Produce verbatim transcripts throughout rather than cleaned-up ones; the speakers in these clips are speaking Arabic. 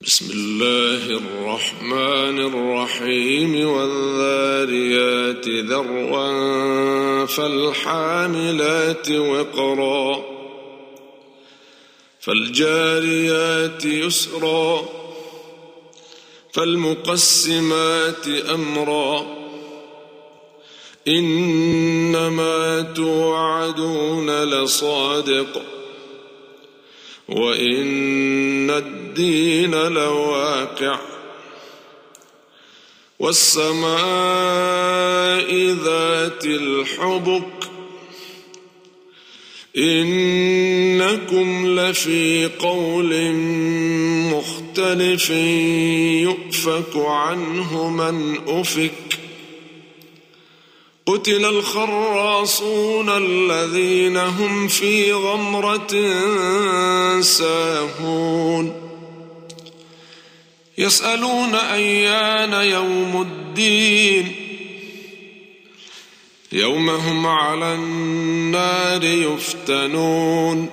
بسم الله الرحمن الرحيم والذاريات ذروا فالحاملات وقرا فالجاريات يسرا فالمقسمات أمرا إنما توعدون لصادق وإن الدين لواقع والسماء ذات الحبك إنكم لفي قول مختلف يؤفك عنه من أفك قتل الخراصون الذين هم في غمرة ساهون يسألون أيان يوم الدين يوم هم على النار يفتنون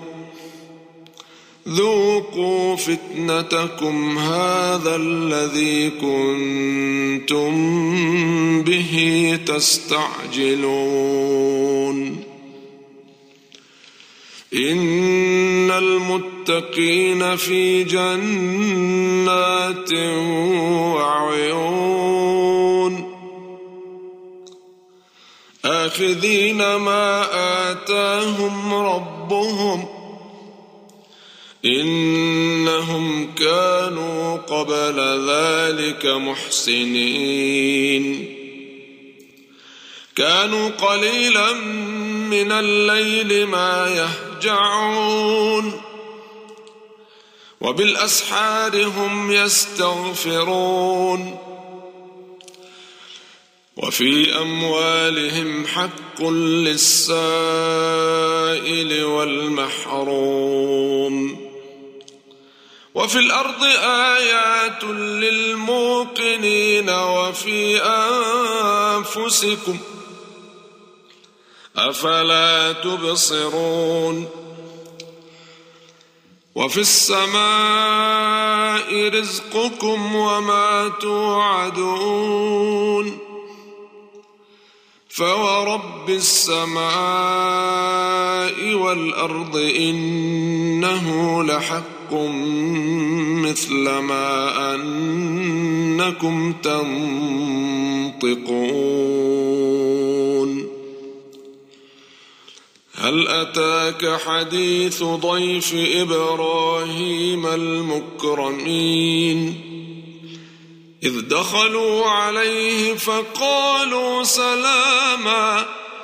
ذوقوا فتنتكم هذا الذي كنتم به تستعجلون إن المتقين في جنات وعيون آخذين ما آتاهم ربهم إنهم كانوا قبل ذلك محسنين كانوا قليلا من الليل ما يهجعون وبالأسحار هم يستغفرون وفي أموالهم حق للسائل والمحروم وفي الأرض آيات للموقنين وفي أنفسكم أفلا تبصرون وفي السماء رزقكم وما توعدون فورب السماء والأرض إنه لحق مثل ما أنكم تنطقون هل أتاك حديث ضيف إبراهيم المكرمين إذ دخلوا عليه فقالوا سلاما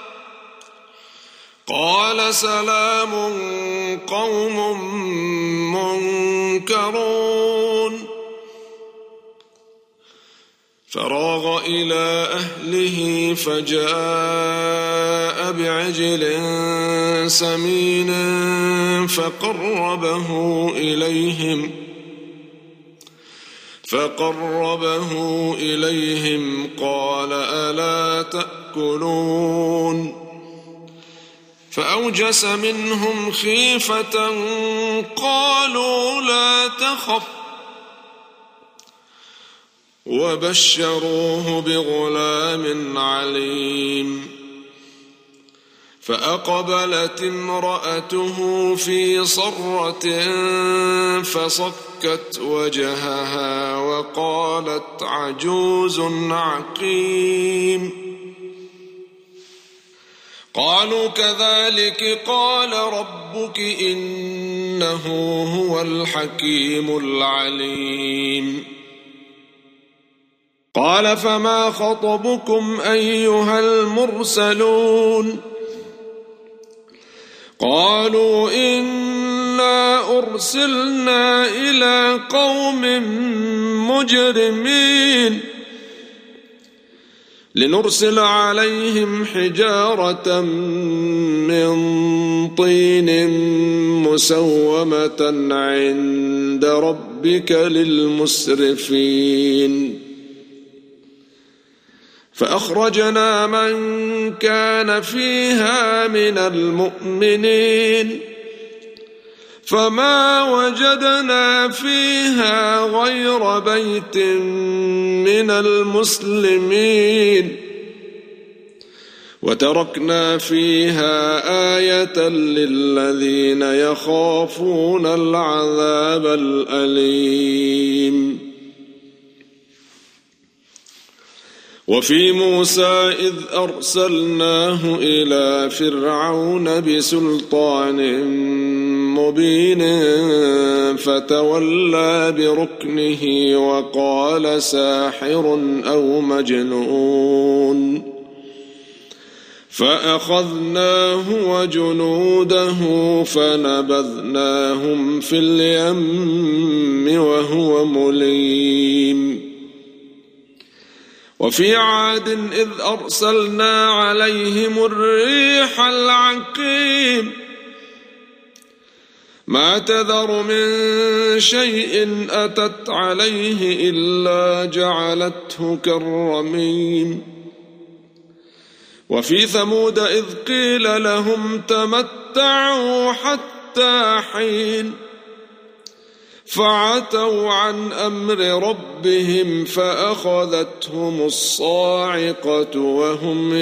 قال سلام قوم منكرون فراغ إلى أهله فجاء بعجل سمين فقربه إليهم فقربه إليهم قال ألا تأكلون فأوجس منهم خيفة قالوا لا تخف وبشروه بغلام عليم فأقبلت امرأته في صرة فصكت وجهها وقالت عجوز عقيم قالوا كذلك قال ربك إنه هو الحكيم العليم قال فما خطبكم أيها المرسلون قالوا إنا أرسلنا إلى قوم مجرمين لنرسل عليهم حجارة من طين مسومة عند ربك للمسرفين فأخرجنا من كان فيها من المؤمنين فما وجدنا فيها غير بيت من المسلمين وتركنا فيها آية للذين يخافون العذاب الأليم. وفي موسى إذ أرسلناه إلى فرعون بسلطان مبين فتولى بركنه وقال ساحر أو مجنون فأخذناه وجنوده فنبذناهم في اليم وهو مليم. وفي عاد إذ أرسلنا عليهم الريح العقيم ما تذر من شيء أتت عليه إلا جعلته كالرميم. وفي ثمود إذ قيل لهم تمتعوا حتى حين فعتوا عن أمر ربهم فأخذتهم الصاعقة وهم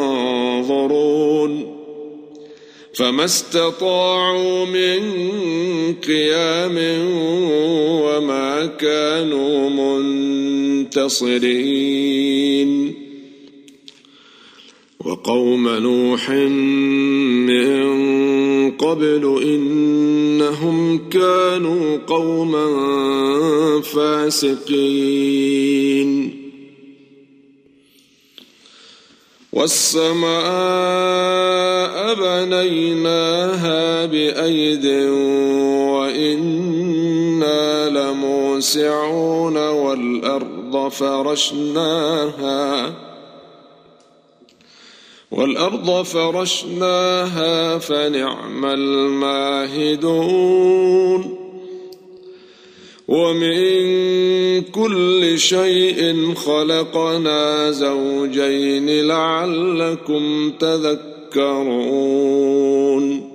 ينظرون فما استطاعوا من قيام وما كانوا منتصرين. وقوم نوح من قبل إنهم كانوا قوما فاسقين. والسماء بنيناها بأيد وإنا لموسعون والأرض فرشناها والأرض فرشناها فنعم الماهدون. ومن كل شيء خلقنا زوجين لعلكم تذكرون.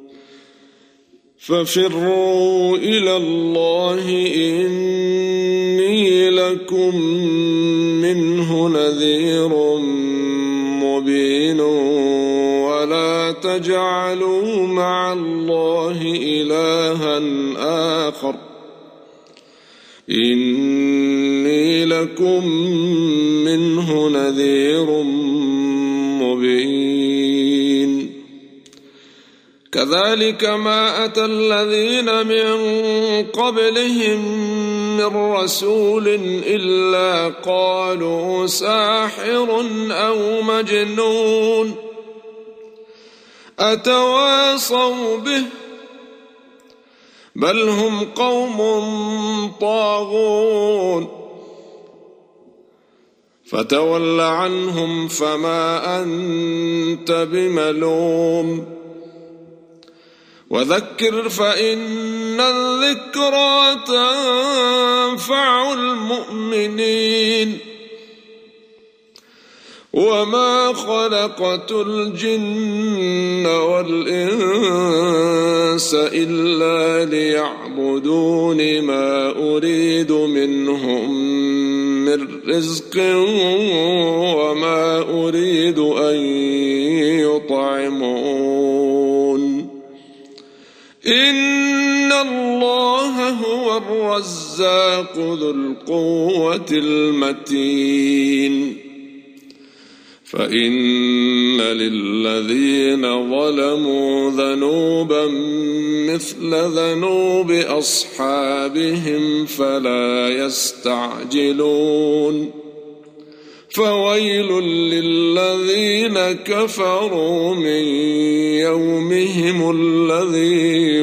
ففروا إلى الله إني لكم منه نذير مبين. ولا تجعلوا مع الله إلها آخر إني لكم منه نذير مبين. كذلك ما أتى الذين من قبلهم من رسول إلا قالوا ساحر أو مجنون أتواصوا به بل هم قوم طاغون. فتول عنهم فما أنت بملوم وذكر فإن الذكرى تنفع المؤمنين. وما خلقت الجن والإنس إلا ليعبدون ما أريد منهم من رزق وما أريد أن يطعمون إن الله هو الرزاق ذو القوة المتين. فإن للذين ظلموا ذنوبا مثل ذنوب أصحابهم فلا يستعجلون. فويل للذين كفروا من يومهم الذي